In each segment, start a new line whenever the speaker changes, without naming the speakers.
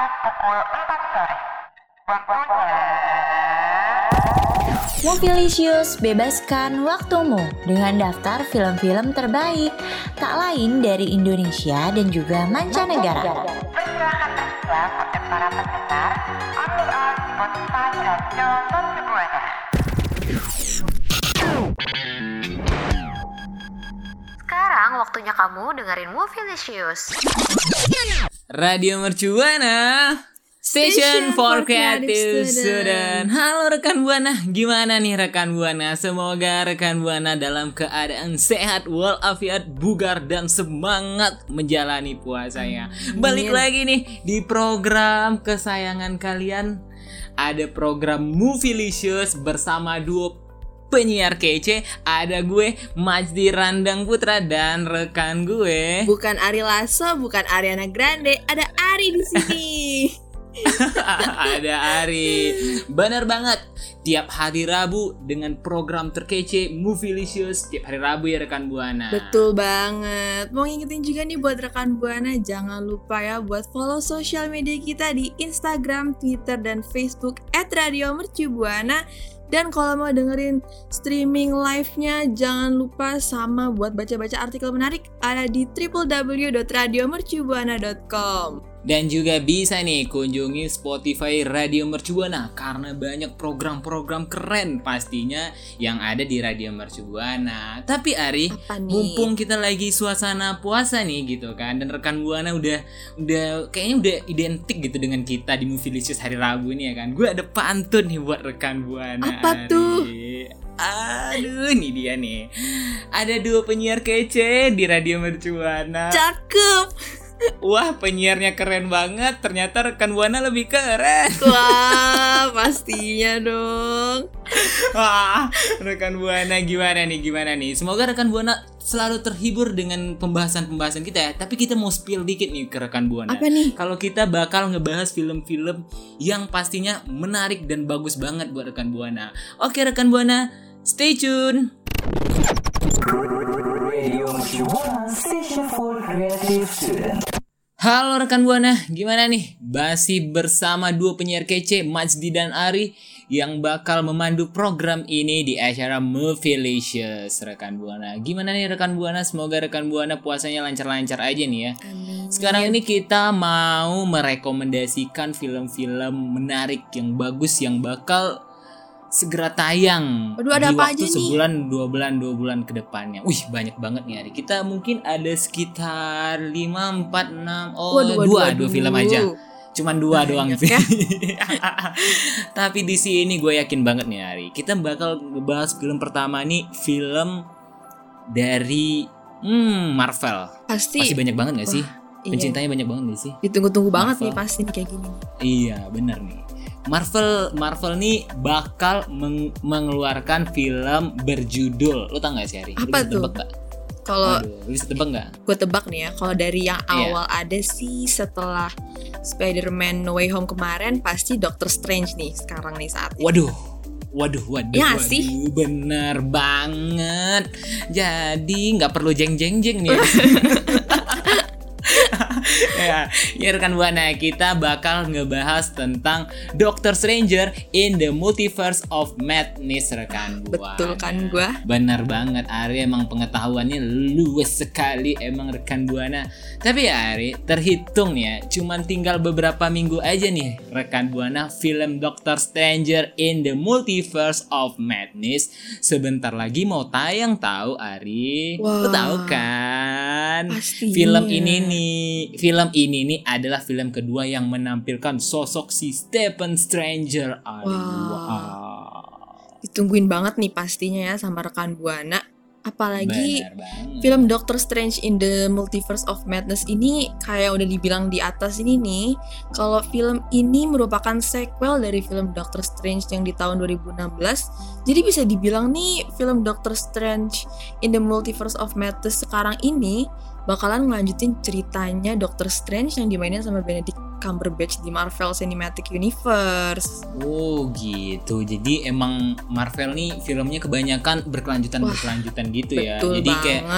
pukul 4 sore. Waktunya
Movielicious, bebaskan waktumu dengan daftar film-film terbaik tak lain dari Indonesia dan juga mancanegara.
persilahkan tersedia untuk para pendengar only on Spotify Radio Mercu Buana. Sekarang waktunya kamu dengerin Movielicious.
Radio Mercu Buana, Station for Creative Student. Halo rekan Buana, gimana nih rekan Buana? Semoga rekan Buana dalam keadaan sehat, walafiat, bugar dan semangat menjalani puasanya. Balik lagi nih di program kesayangan kalian. Ada program Movielicious bersama duo penyiar kece. Ada gue Majdi Randang Putra dan rekan gue
Bukan Ari Lasso, bukan Ariana Grande, ada Ari di sini.
ada Ari. Benar banget. Tiap hari Rabu dengan program terkece Movielicious tiap hari Rabu ya rekan Buana.
Betul banget. Mau ngingetin juga nih buat rekan Buana, jangan lupa ya buat follow sosial media kita di Instagram, Twitter, dan Facebook @radiomercubuana. Dan kalau mau dengerin streaming live-nya, jangan lupa sama buat baca-baca artikel menarik ada di www.radiomercubuana.com.
Dan juga bisa nih kunjungi Spotify Radio Mercu Buana karena banyak program-program keren pastinya yang ada di Radio Mercu Buana. Tapi Ari,
Apa nih?
mumpung kita lagi suasana puasa nih gitu kan, dan rekan Buana udah kayaknya udah identik gitu dengan kita di Movielicious hari Rabu ini ya kan. Gue ada pantun nih buat rekan Buana.
Apa
Ari.
tuh?
Aduh, ini dia nih. Ada dua penyiar kece di Radio Mercu Buana.
Cakep!
Wah, penyiarnya keren banget. Ternyata rekan Buana lebih keren.
Wah, pastinya dong.
Wah, rekan Buana gimana nih? Semoga rekan Buana selalu terhibur dengan pembahasan-pembahasan kita ya. Tapi kita mau spill dikit nih ke rekan Buana.
Apa nih?
Kalau kita bakal ngebahas film-film yang pastinya menarik dan bagus banget buat rekan Buana. Oke rekan Buana, stay tune. Halo rekan Buana, gimana nih? Masih bersama dua penyiar kece, Majdi dan Ari, yang bakal memandu program ini di acara Movielicious rekan Buana. Gimana nih rekan Buana? Semoga rekan Buana puasanya lancar-lancar aja nih ya.
Amin.
Sekarang ini kita mau merekomendasikan film-film menarik yang bagus yang bakal segera tayang.
Waduh, ada
di
apa
waktu
aja nih?
sebulan, 2 bulan ke depannya. Wih, banyak banget nih Ari. Kita mungkin ada sekitar 5, 4, 6. Oh, dua film aja. Cuman 2 doang sih.
Ya?
Tapi di sini gue yakin banget nih Ari. Kita bakal ngebahas film pertama nih, film dari Marvel.
Pasti
Pasti banyak banget gak sih?
iya.
Pencintanya banyak banget gak sih?
Ditunggu-tunggu banget
Marvel.
nih pasti nih kayak gini.
Iya, bener nih. Marvel nih bakal mengeluarkan film berjudul. Lo tau gak sih Ari?
Apa tuh? Kalau
Lu bisa tebak gak?
gue tebak nih ya, kalau dari yang
Iya.
awal ada sih setelah Spider-Man No Way Home kemarin pasti Doctor Strange nih sekarang nih saat ini.
Waduh,
Ya sih?
Bener banget. Jadi nggak perlu jeng nih. Ya rekan Buana, kita bakal ngebahas tentang Doctor Stranger in the Multiverse of Madness rekan Buana.
Betul kan gua?
Bener banget Ari, emang pengetahuannya luas sekali emang rekan Buana. Tapi ya Ari, terhitung ya cuman tinggal beberapa minggu aja nih rekan Buana, film Doctor Stranger in the Multiverse of Madness sebentar lagi mau tayang tahu Ari.
Wah.
Lu tahu kan?
Pastinya.
Film ini nih adalah film kedua yang menampilkan sosok si Stephen Stranger. Aduh,
Ditungguin banget nih pastinya ya sama rekan Buana. Apalagi
benar banget.
film Doctor Strange in the Multiverse of Madness ini kayak udah dibilang di atas ini nih, kalau film ini merupakan sequel dari film Doctor Strange yang di tahun 2016. Jadi bisa dibilang nih film Doctor Strange in the Multiverse of Madness sekarang ini bakalan ngelanjutin ceritanya Doctor Strange yang dimainin sama Benedict Cumberbatch di Marvel Cinematic Universe.
Oh gitu. Jadi emang Marvel nih filmnya kebanyakan berkelanjutan gitu ya.
Betul
Jadi kayak
banget.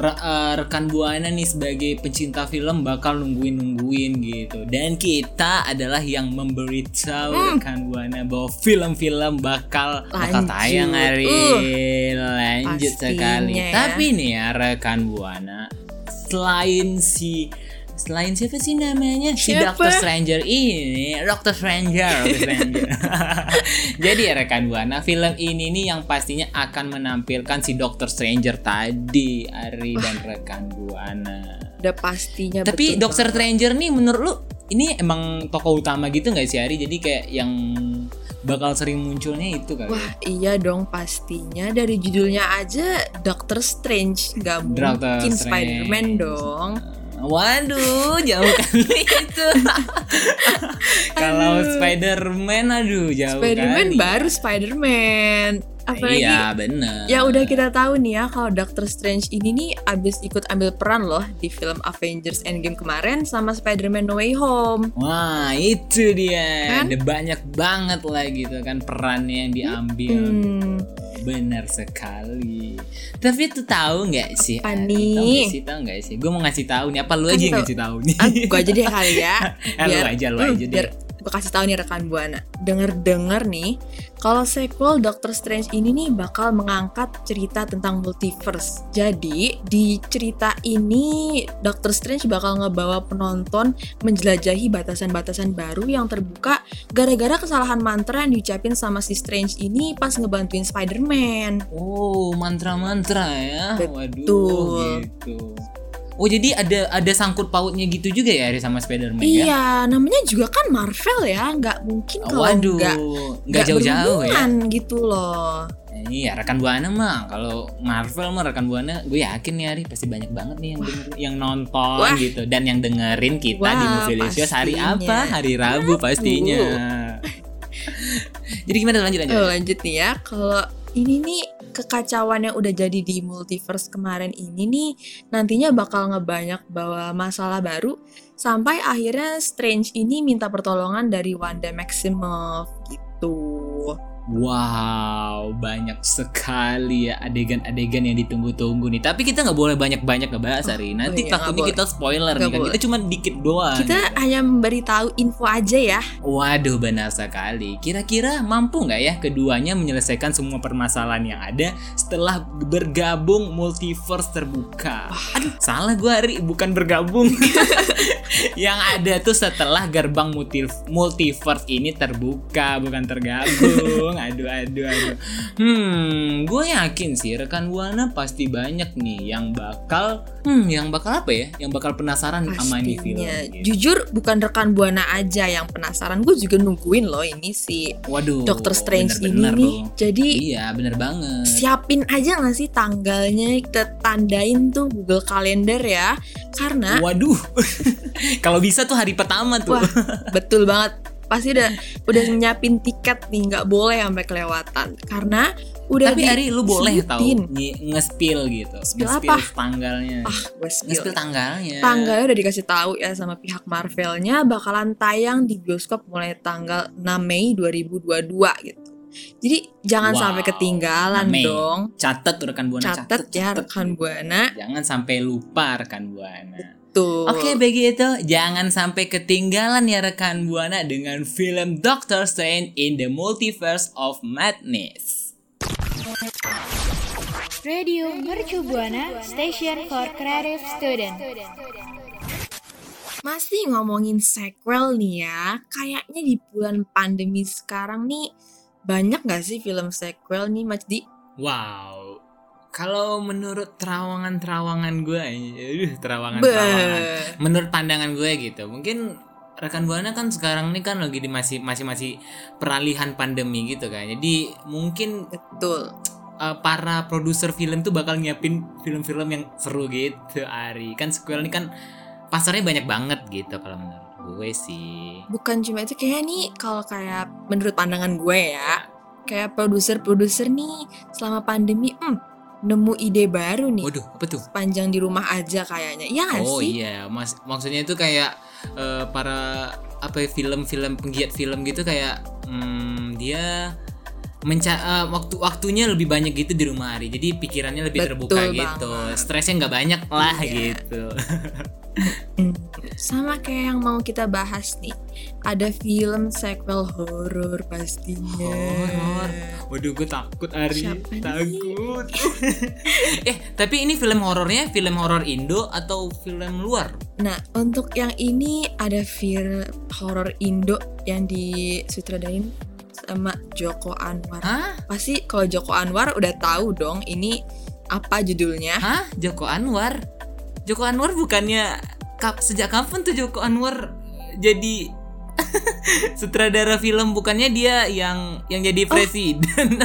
rekan Buana nih sebagai pencinta film bakal nungguin gitu. Dan kita adalah yang memberitahu rekan Buana bahwa film-film bakal tayang hari lanjut sekali.
Ya.
Tapi nih ya rekan Buana, selain siapa sih namanya? Si Doctor Stranger ini, Doctor Stranger. Jadi ya rekan Buana, film ini nih yang pastinya akan menampilkan si Doctor Stranger tadi, Ari dan rekan Buana.
Udah pastinya.
Tapi
betul
Doctor
banget.
Stranger nih menurut lu ini emang tokoh utama gitu nggak sih Ari? Jadi kayak yang bakal sering munculnya itu kali.
Wah iya dong pastinya, dari judulnya aja Doctor Strange, nggak
Doctor
mungkin
Strange.
Spider-Man dong.
Waduh, jauh kali itu. Kalau Spider-Man, aduh jauh
Spider-Man
kali.
baru Spider-Man. Apalagi
Iya bener.
ya udah kita tahu nih ya kalau Doctor Strange ini nih abis ikut ambil peran loh di film Avengers Endgame kemarin sama Spider-Man No Way Home.
Wah itu dia.
Kan?
Ada banyak banget lah gitu kan perannya yang diambil. Benar sekali. Tapi tuh tahu nggak sih?
Apa
Ari?
nih?
Tahu nggak sih? Gue mau ngasih tahu nih. Apa lu aja
Kasih
yang
tahu.
ngasih tahu nih?
Gue aja deh kali ya.
Lu aja deh.
Biar gue kasih tahu nih rekan Buana. Dengar nih, kalau sequel Doctor Strange ini nih bakal mengangkat cerita tentang multiverse. Jadi di cerita ini Doctor Strange bakal ngebawa penonton menjelajahi batasan-batasan baru yang terbuka gara-gara kesalahan mantra yang diucapin sama si Strange ini pas ngebantuin Spider-Man.
Oh, mantra-mantra ya.
Betul.
Waduh, gitu. Oh, jadi ada sangkut pautnya gitu juga ya Ari sama Spider-Man ya?
Iya, namanya juga kan Marvel ya, nggak mungkin kalau
Waduh, nggak jauh-jauh ya.
berhubungan gitu loh.
Iya, rekan Buana mah kalau Marvel mah rekan Buana gue yakin nih Ari pasti banyak banget nih yang nonton
Wah.
gitu dan yang dengerin kita di
Wah,
Movielicious hari
pastinya.
apa? Hari Rabu pastinya. Jadi gimana lanjut?
Lanjut nih ya, kalau ini nih kekacauan yang udah jadi di multiverse kemarin ini nih nantinya bakal ngebanyak bawa masalah baru sampai akhirnya Strange ini minta pertolongan dari Wanda Maximoff gitu.
Wow, banyak sekali ya adegan-adegan yang ditunggu-tunggu nih. Tapi kita nggak boleh banyak-banyak ngebahas hari. Nanti
iya,
takutnya
nggak
kita spoiler
Nggak
nih kan.
boleh.
Kita cuma dikit doang.
Kita hanya memberitahu info aja ya.
Waduh, benar sekali. Kira-kira mampu nggak ya keduanya menyelesaikan semua permasalahan yang ada setelah bergabung multiverse terbuka? Aduh, salah gue Ari, bukan bergabung. Yang ada tuh setelah gerbang multiverse ini terbuka, bukan tergabung. Aduh. Gue yakin sih rekan Buana pasti banyak nih yang bakal apa ya? Yang bakal penasaran sama ini film.
Pastinya.
Gitu.
Jujur bukan rekan Buana aja yang penasaran, gue juga nungguin loh ini si
Waduh,
Doctor Strange ini
bener-bener
nih.
loh.
Jadi
Iya, bener banget.
siapin aja gak sih tanggalnya, kita tandain tuh Google Calendar ya. Karena
Waduh, kalau bisa tuh hari pertama tuh.
wah, betul banget. Pasti udah nyiapin tiket nih, nggak boleh sampai kelewatan. Karena udah
Tapi Ari lu boleh tahu
disebutin.
nge-spill gitu.
Spill
Nge-spill
apa?
tanggalnya.
Gue spill.
Nge-spill tanggalnya.
Tanggalnya udah dikasih tahu ya sama pihak Marvelnya, bakalan tayang di bioskop mulai tanggal 6 Mei 2022 gitu. Jadi jangan
Wow,
sampai ketinggalan
6 Mei.
dong.
Catat tuh rekan Buana,
Catet ya rekan Buana.
Jangan sampai lupa rekan Buana.
Tuh.
Oke, begitu. Jangan sampai ketinggalan ya rekan Buana dengan film Doctor Strange in the Multiverse of Madness.
Radio Mercu Buana Station for Creative Student.
Masih ngomongin sequel nih ya. Kayaknya di bulan pandemi sekarang nih banyak gak sih film sequel nih Mas Di?
Wow. Kalau menurut terawangan gue, terawangan. Menurut pandangan gue gitu, mungkin rekan Buana kan sekarang ini kan lagi di masih peralihan pandemi gitu kan. Jadi mungkin
Betul.
para produser film tuh bakal nyiapin film-film yang seru gitu, Ari. Kan sequel ini kan pasarnya banyak banget gitu kalau menurut gue sih.
Bukan cuma itu, kayak nih kalau kayak menurut pandangan gue ya, kayak produser nih selama pandemi nemu ide baru nih.
Waduh, apa tuh?
Sepanjang di rumah aja kayaknya. Iya gak
Oh
sih?
iya, maksudnya itu kayak para film-film penggiat film gitu kayak dia waktunya lebih banyak gitu di rumah Ari. Jadi pikirannya lebih terbuka
Betul
gitu.
banget.
Stresnya nggak banyak lah
Iya.
gitu.
Sama kayak yang mau kita bahas nih. Ada film sequel horor pastinya.
Horor. Waduh, gue takut Ari.
Siapa nih?
Takut. Tapi ini film horornya film horor Indo atau film luar?
Nah, untuk yang ini ada film horor Indo yang disutradain sama Joko Anwar.
Hah?
Pasti kalau Joko Anwar udah tahu dong ini apa judulnya.
Hah? Joko Anwar? Joko Anwar bukannya sejak kapan tuh Joko Anwar jadi sutradara film? Bukannya dia yang jadi presiden?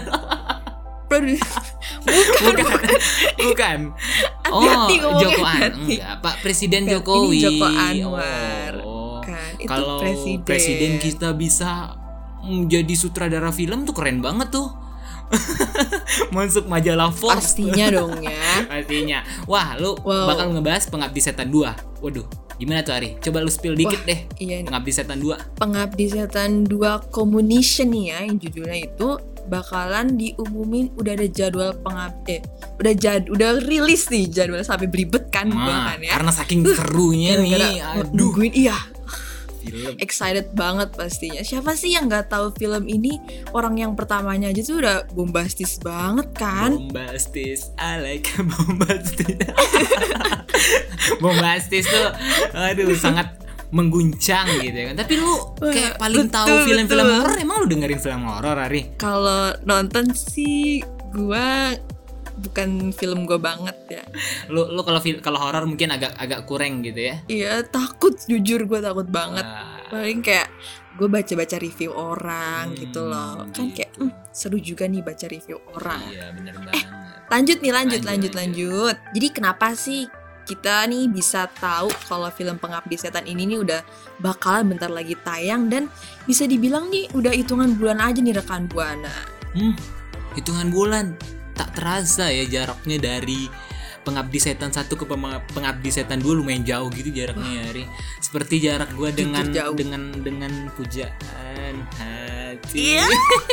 Bukan.
Hati-hati ngomongnya,
Joko
hati-hati.
enggak, Pak Presiden
Bukan,
Jokowi.
ini Joko Anwar.
Oh.
Kan, itu
Kalau presiden kita bisa jadi sutradara film tuh keren banget tuh. Masuk majalah Forbes.
Pastinya dong ya.
Pastinya. Wah, lu
Wow.
bakal ngebahas Pengabdi Setan 2. Waduh, gimana tuh Ari? Coba lu spill dikit
Wah,
deh.
Iya,
Pengabdi Setan 2.
Pengabdi Setan 2 Communication nih ya, yang judulnya itu bakalan diumumin, udah ada jadwal pengabdi. Udah rilis nih jadwal sampai belibet kan gua kan ya.
Karena saking serunya nih.
Gara-gara
Aduh,
nungguin, iya.
film.
Excited banget pastinya. Siapa sih yang nggak tahu film ini? Orang yang pertamanya aja tuh udah bombastis banget kan?
Bombastis, I like bombastis. Bombastis tuh, aduh sangat mengguncang gitu ya kan. Tapi lu kayak paling tahu
betul,
film-film
betul.
horor, emang lu dengerin film horor Ari?
Kalau nonton sih gua bukan film gua banget ya.
Lu kalau horor mungkin agak kurang gitu ya.
Iya, takut, jujur gue takut banget.
Wah.
Paling kayak gue baca-baca review orang gitu loh. Kan kayak seru juga nih baca review orang.
Iya, bener banget.
Lanjut. Jadi kenapa sih kita nih bisa tahu kalau film Pengabdi Setan ini nih udah bakalan bentar lagi tayang, dan bisa dibilang nih udah hitungan bulan aja nih rekan Buana.
Hitungan bulan. Tak terasa ya jaraknya dari Pengabdi Setan 1 ke Pengabdi Setan 2 lumayan jauh gitu jaraknya ya Ari. Seperti jarak gue dengan
jauh.
dengan pujaan hati.
Iya.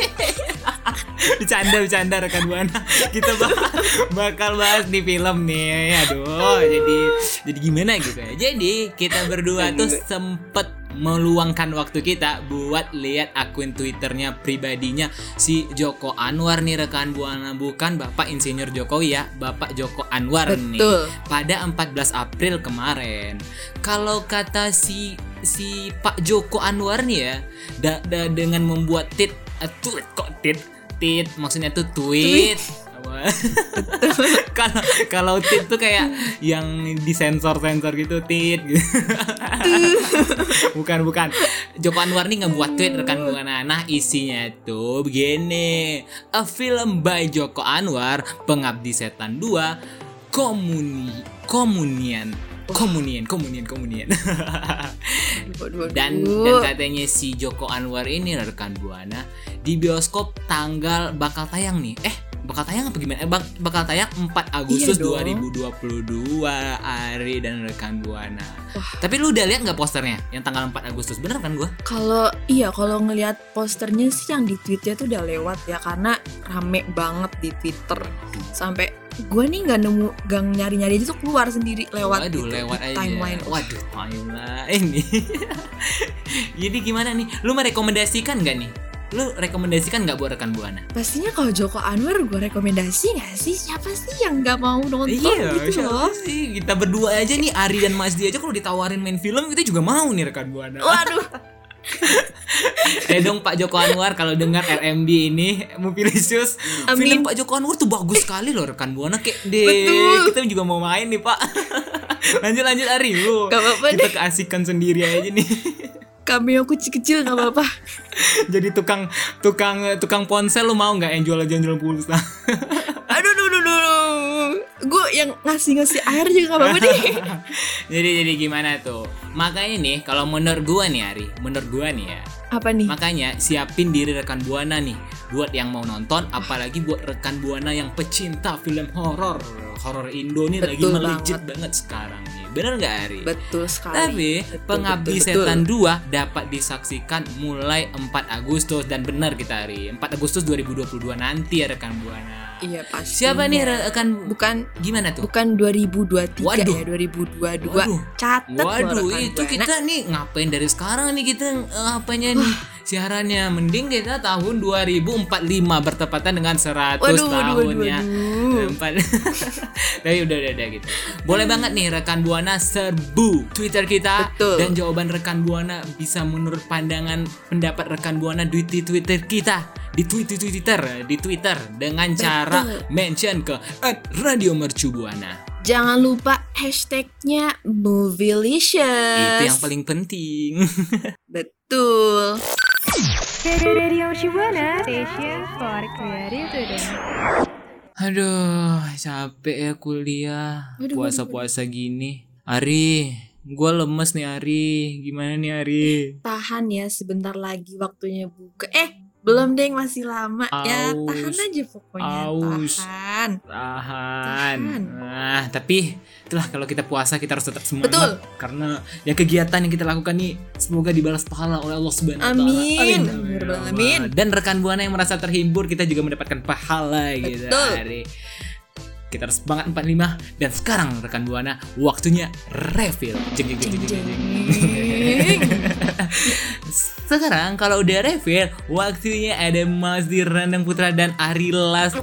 Bercanda rekan Buana. Kita bakal bahas di film nih. Aduh, jadi gimana gitu ya. Jadi kita berdua tuh sempet meluangkan waktu kita buat lihat akun Twitternya pribadinya si Joko Anwar nih rekan Buana, bukan Bapak Insinyur Jokowi ya, Bapak Joko Anwar.
Betul.
Nih pada 14 April kemarin. Kalau kata si Pak Joko Anwar nih ya, dengan membuat tweet maksudnya tuh tweet. Kalau tweet tuh kayak yang disensor gitu tweet gitu. bukan Joko Anwar nih ngebuat tweet rekan Buana. Nah isinya tuh begini: a film by Joko Anwar, Pengabdi Setan 2, komunian. Dan katanya si Joko Anwar ini rekan Buana di bioskop bakal tayang nih. Bakal tayang apa gimana? Bakal tayang 4 Agustus 2022 Ari dan rekan Buana. Tapi lu udah lihat nggak posternya yang tanggal 4 Agustus? Bener kan gua?
Kalau ngelihat posternya sih yang di tweetnya tuh udah lewat ya, karena rame banget di Twitter. Sampai gue nih nggak nemu, gang nyari-nyari aja tuh keluar sendiri lewat.
Waduh,
gitu,
lewat
di
aja.
timeline.
Waduh, timeline ini. Jadi gimana nih? Lu merekomendasikan nggak nih? Lu rekomendasikan nggak buat rekan Buana?
Pastinya kalau Joko Anwar gue rekomendasi nggak sih? Siapa sih yang nggak mau nonton gitu loh?
Sih kita berdua aja nih, Ari dan Mas Di aja kalau ditawarin main film kita juga mau nih rekan Buana.
Waduh.
Dong Pak Joko Anwar kalau dengar RMB ini Mobilisius, film Pak Joko Anwar tuh bagus sekali loh rekan Buana, kayak deh kita juga mau main nih Pak. lanjut Ari lu.
Gak apa-apa
Kita
deh.
keasikan sendiri aja nih.
Cameo kecil-kecil nggak apa-apa.
Jadi tukang ponsel lu mau nggak yang jual pulsa?
Aduh. Gue yang ngasih air juga nggak apa-apa deh.
jadi gimana tuh? Makanya nih kalau menurut gua nih Ari, ya.
Apa nih?
Makanya siapin diri rekan Buana nih buat yang mau nonton, apalagi buat rekan Buana yang pecinta film horor Indo nih lagi
Betul
melejit banget sekarang nih. Bener nggak Ari?
Betul sekali.
Tapi
Betul,
Pengabdi
betul,
Setan
betul.
2 dapat disaksikan mulai 4 Agustus dan benar kita Ari. 4 Agustus 2022 nanti ya rekan Buana.
Iya pasti.
Siapa nih rekan
Bukan
gimana tuh?
bukan 2023
Waduh.
ya, 2022.
Waduh.
Catat loh,
Waduh,
rekan
itu
Buana.
kita nih ngapain dari sekarang nih kita apanya nih siarannya mending kita tahun 2045 bertepatan dengan 100 tahunnya. Empat. Tapi udah gitu. Boleh banget nih rekan Buana serbu Twitter kita.
Betul.
Dan jawaban rekan Buana bisa menurut pandangan pendapat rekan Buana di Twitter kita. Di Twitter dengan cara mention ke @radiomercubuana.
Jangan lupa hashtagnya Movielicious.
Itu yang paling penting.
Betul.
Radio Mercubuana Station for Creative Student.
Aduh, capek ya kuliah. Puasa-puasa gini. Ari, gua lemes nih Ari. Gimana nih Ari?
Tahan ya, sebentar lagi waktunya buka. Belum deh, masih lama ya.
Aus.
Tahan aja pokoknya.
Aus.
Tahan.
Nah, tapi itulah kalau kita puasa kita harus tetap semangat.
Betul.
Karena ya kegiatan yang kita lakukan nih semoga dibalas pahala oleh Allah Subhanahu wa taala.
Amin. Amin.
Dan rekan Buana yang merasa terhibur kita juga mendapatkan pahala gitu.
Betul.
Hari. Kita harus semangat 45 dan sekarang rekan Buana waktunya refill. Jeng. Sekarang kalau udah refill waktunya ada Mas Dirandang Putra dan Ari Lasso.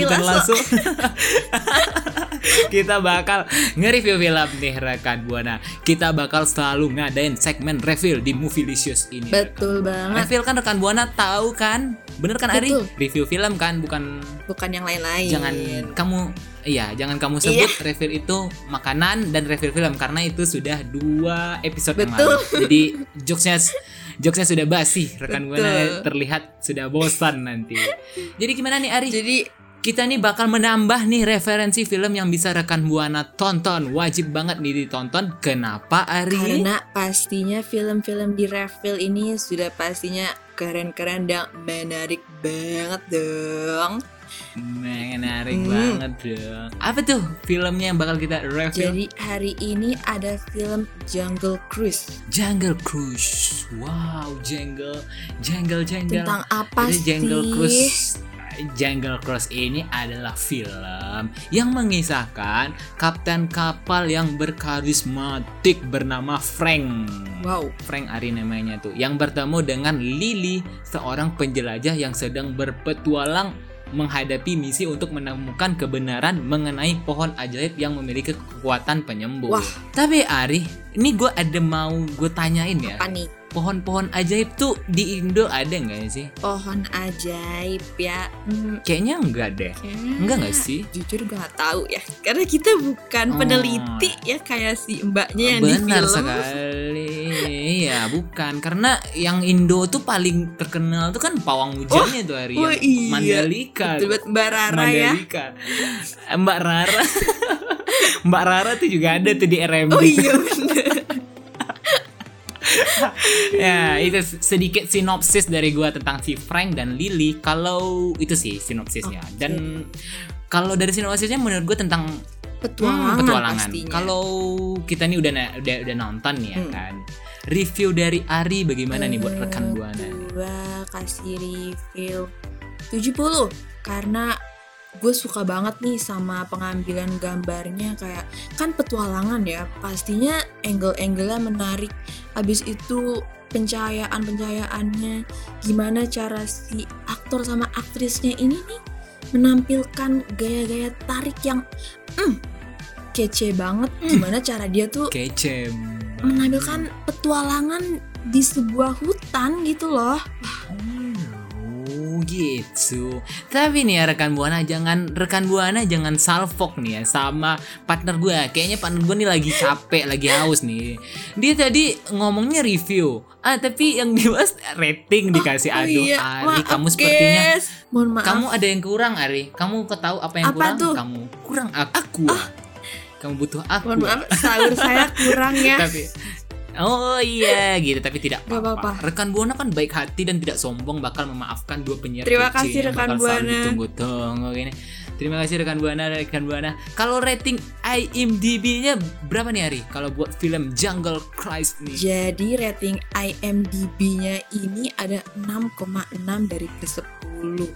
Kita bakal nge-review film nih rekan Buana. Kita bakal selalu ngadain segmen refill di Movielicious ini.
Betul banget.
Refill kan rekan Buana tahu kan? Bener kan Ari?
Betul.
Review film kan bukan
Bukan yang lain-lain.
Jangan kamu sebut refill itu makanan dan refill film karena itu sudah 2 episode yang
Betul.
lalu. Jadi jokesnya sudah basi, rekan
Betul.
Buana terlihat sudah bosan nanti. Jadi gimana nih Ari?
Jadi
Kita nih bakal menambah nih referensi film yang bisa rekan Buana tonton. Wajib banget nih ditonton. Kenapa Ari?
karena pastinya film-film di refill ini sudah pastinya keren-keren dan menarik banget dong.
Menarik banget dong. Apa tuh filmnya yang bakal kita review?
Jadi hari ini ada film Jungle Cruise.
Jungle Cruise. Wow, Jungle.
Tentang apa
Jadi
sih?
Jungle Cruise ini adalah film yang mengisahkan kapten kapal yang berkarismatik bernama Frank.
Wow.
Frank Ari namanya tuh, yang bertemu dengan Lily, seorang penjelajah yang sedang berpetualang menghadapi misi untuk menemukan kebenaran mengenai pohon ajaib yang memiliki kekuatan penyembuh.
Wah.
Tapi Ari, ini gue tanyain ya.
Apa nih?
Pohon-pohon ajaib tuh di Indo ada nggak sih?
Pohon ajaib ya.
Kayaknya enggak deh. Enggak nggak sih?
Jujur gue gak tahu ya. Karena kita bukan peneliti ya kayak si mbaknya yang di film.
Benar sekali. Iya, bukan. Karena yang Indo tuh paling terkenal tuh kan pawang hujannya tuh Ari.
Oh
yang
iya.
Mandalika.
Betul buat Mbak Rara ya.
Mandalika. Mbak Rara. Mbak Rara tuh juga ada tuh di RMB.
Oh iya bener.
Ya, itu sedikit sinopsis dari gua tentang si Frank dan Lily. Kalau itu sih sinopsisnya.
Oke.
Dan kalau dari sinopsisnya menurut gua tentang
Petualangan pastinya.
Kalau kita nih udah nonton nih ya kan. Review dari Ari bagaimana nih buat rekan Buana?
Gua kasih review 70 karena gue suka banget nih sama pengambilan gambarnya, kayak kan petualangan ya, pastinya angle-angle-nya menarik. Habis itu pencahayaannya, gimana cara si aktor sama aktrisnya ini nih menampilkan gaya-gaya tarik yang kece banget. Gimana cara dia tuh
Kece.
menampilkan petualangan di sebuah hutan gitu loh.
Oh gitu. Tapi nih ya rekan Buana jangan salfok nih ya sama partner gue. Kayaknya partner gue nih lagi capek, lagi haus nih. Dia tadi ngomongnya review. Tapi yang dibahas rating dikasih. Aduh, Ari, kamu sepertinya
mohon maaf.
kamu ada yang kurang, Ari. Kamu tahu apa yang
Apa
kurang?
tuh?
Kamu kurang aku. Kamu butuh aku.
Mohon maaf, sahur saya kurang ya.
Tapi oh iya gitu, tapi tidak
Gak
apa-apa.
apa-apa.
Rekan Buana kan baik hati dan tidak sombong, bakal memaafkan dua penyiar
Terima
kece
kasih
yang
rekan
bakal selalu
Buana.
ditunggu-tunggu gini. Terima kasih rekan Buana. Kalau rating IMDb-nya berapa nih Ari? Kalau buat film Jungle Cruise nih.
Jadi rating IMDb-nya ini ada 6,6 dari ke 10.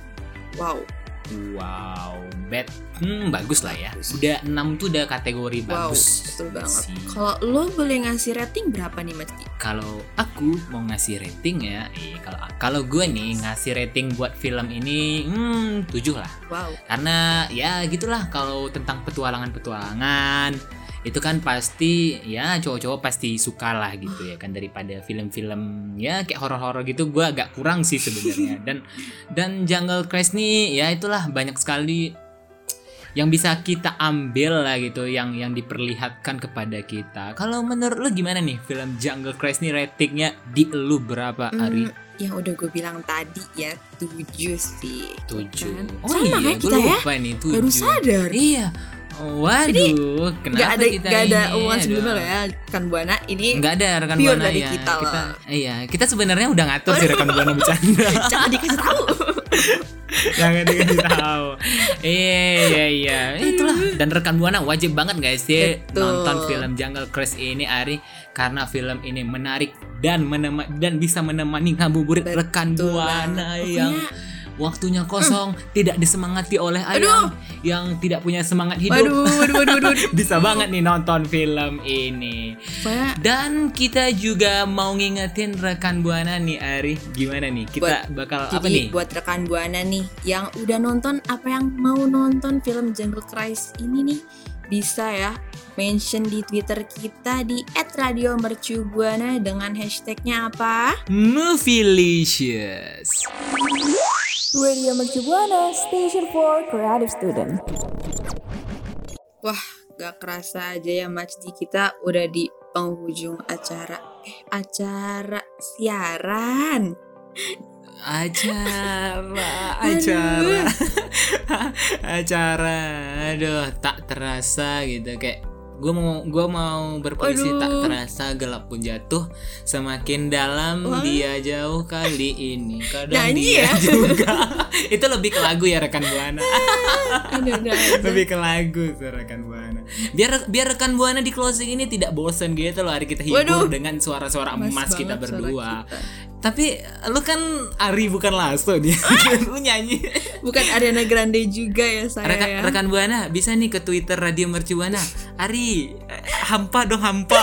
Wow, bagus lah ya. Udah 6 tuh udah kategori bagus.
Betul banget.
sih.
Kalau lo boleh ngasih rating berapa nih Mas Di?
Kalau aku mau ngasih rating ya, kalau gue nih ngasih rating buat film ini 7 lah.
Wow.
Karena ya gitulah, kalau tentang petualangan itu kan pasti ya cowok-cowok pasti suka lah gitu ya kan, daripada film-film ya kayak horor-horor gitu gue agak kurang sih sebenarnya. dan Jungle Cruise nih ya itulah, banyak sekali yang bisa kita ambil lah gitu, yang diperlihatkan kepada kita. Kalau menurut lu gimana nih film Jungle Cruise nih, ratingnya di lu berapa Ari?
Yang udah gue bilang tadi ya 7 sih.
7.
Kan?
Oh
Sama
iya,
kan
gue
kita ya?
lupa nih 7.
Baru sadar.
Iya. Waduh, kenapa kita
Gak ada
ini?
omongan sebelumnya
Aduh.
loh ya rekan Buana ini.
Nggak ada rekan
pure
Buana
dari
ya.
kita loh.
Iya, kita sebenarnya udah ngatur sih rekan Buana bercanda.
Jangan dikasih tahu.
Jangan dikasih tahu. Iya. Itulah, dan rekan Buana wajib banget guys sih
Betul.
nonton film Jungle Cruise ini Ari, karena film ini menarik dan bisa menemani ngabuburit rekan Buana yang waktunya kosong, tidak disemangati oleh ayam yang tidak punya semangat hidup.
Waduh.
Bisa banget nih nonton film ini. Dan kita juga mau ngingetin rekan Buana nih Ari, gimana nih kita bakal apa nih?
Jadi buat rekan Buana nih yang udah nonton, yang mau nonton film Jungle Cruise ini nih, bisa ya mention di Twitter kita di @radiomercubuana dengan hashtagnya apa?
Movielicious.
Radio Mercubuana, Station for Creative Student.
Wah, gak kerasa aja ya Majdi, kita udah di penghujung acara siaran.
Acara. Aduh, tak terasa gitu, kayak gue mau berpuisi. Tak terasa gelap pun jatuh, semakin dalam dia jauh kali ini. Kadang
Nyanyi
dia
ya?
juga. Itu lebih ke lagu ya rekan Buana. Lebih ke lagu tuh rekan Buana. Biar rekan Buana di closing ini tidak bosan gitu loh, hari kita hibur dengan suara-suara emas kita berdua. Tapi lu kan Ari bukan Lasso nih. Lu nyanyi.
Bukan Ariana Grande juga ya saya.
Rekan Buana bisa nih ke Twitter Radio Mercubuana. Ari, hampa dong, hampa.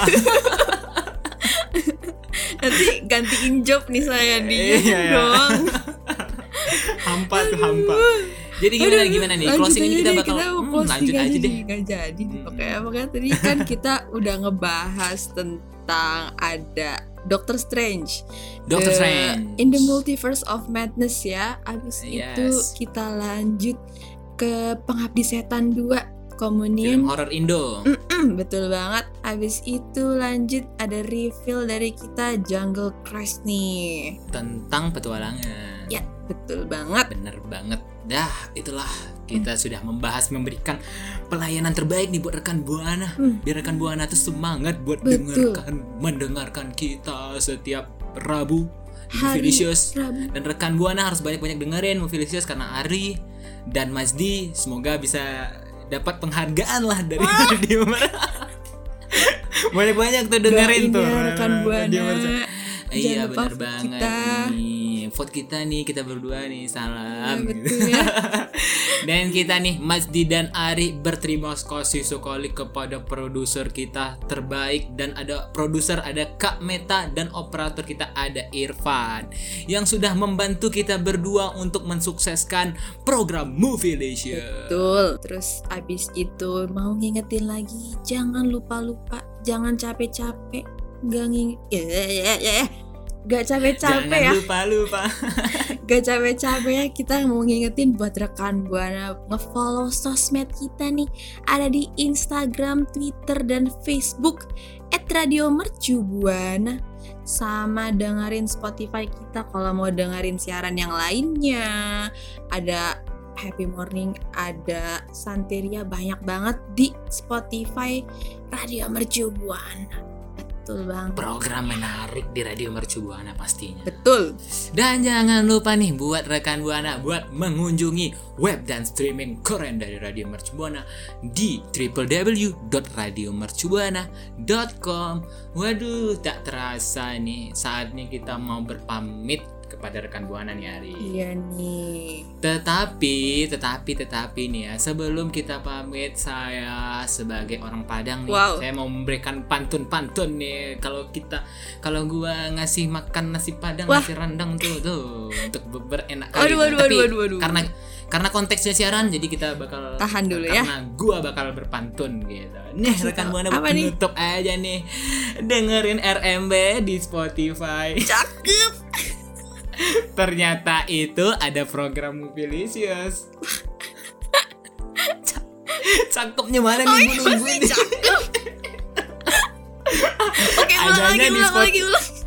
Nanti gantiin job nih saya dia dong.
Hampa tuh, hampa. Jadi gimana nih? Closing ini kita bakal lanjut aja deh.
Gak jadi Pokoknya tadi kan kita udah ngebahas tentang ada Doctor Strange in the Multiverse of Madness ya. Abis itu kita lanjut ke Pengabdi Setan 2 Communion,
film horor Indo.
Betul banget. Abis itu lanjut ada reveal dari kita Jungle Cruise nih,
tentang petualangan.
Ya betul banget.
Bener banget. Dah, itulah kita sudah memberikan pelayanan terbaik nih buat rekan Buana. Biar rekan Buana tuh semangat buat mendengarkan kita setiap Rabu di Movielicious. Dan rekan Buana harus banyak-banyak dengerin Movielicious karena Ari dan Mazdi semoga bisa dapat penghargaan lah dari radio. Banyak-banyak tuh dengerin tuh
rekan Buana.
Iya benar banget nih. Vote kita nih, kita berdua nih, salam gitu.
Ya.
Dan kita nih Mazdi dan Ari berterima kasih sekali kepada produser kita terbaik. Dan ada produser, ada Kak Meta, dan operator kita ada Irfan, yang sudah membantu kita berdua untuk mensukseskan program Movielicious.
Betul. Terus abis itu mau ngingetin lagi, jangan lupa-lupa, jangan capek-capek, gak capek-capek ya.
Jangan lupa-lupa.
Gak capek-capek ya, kita mau ngingetin buat rekan Buana nge-follow sosmed kita nih. Ada di Instagram, Twitter, dan Facebook @radiomercubuana. Sama dengerin Spotify kita kalau mau dengerin siaran yang lainnya. Ada Happy Morning, ada Santeria, banyak banget di Spotify Radio Mercubuana. Betul banget.
Program menarik di Radio Mercu Buana pastinya.
Betul.
Dan jangan lupa nih buat rekan Buana buat mengunjungi web dan streaming keren dari Radio Mercu Buana di www.radiomercubuana.com. Waduh, tak terasa nih saatnya kita mau berpamit kepada rekan Buana nih Ari.
Iya nih.
Tetapi nih ya, sebelum kita pamit, saya sebagai orang Padang nih,
Wow.
saya mau memberikan pantun nih. Kalau gua ngasih makan nasi Padang,
Wah.
nasi rendang tuh untuk berenak
Aduh,
kali.
aduh.
Karena konteksnya siaran, jadi kita bakal
Tahan dulu ya.
Karena gua bakal berpantun gitu. Nih
Kasih
rekan
tahu.
Buana
Apa nih?
penutup aja nih. Dengerin RMB di Spotify.
Cakep.
Ternyata itu ada program Mobilisius. Cakepnya mana nih, gue nungguin.
Oke, ulang lagi.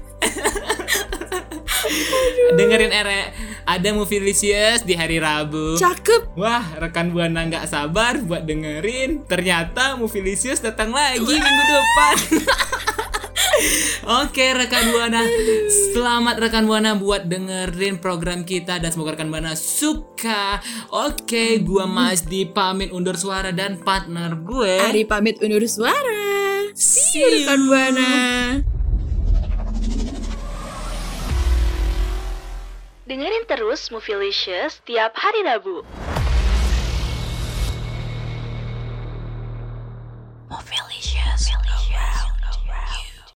Dengerin ada Mobilisius di hari Rabu.
Cakep.
Wah, rekan Buana nggak sabar buat dengerin. Ternyata Mobilisius datang lagi minggu depan. Oke rekan Buana, selamat rekan Buana buat dengerin program kita dan semoga rekan Buana suka. Oke, gua Masdi pamit undur suara dan partner gue
Ari pamit undur suara. See you
See you.
rekan Buana.
Dengerin terus Movielicious tiap hari Rabu.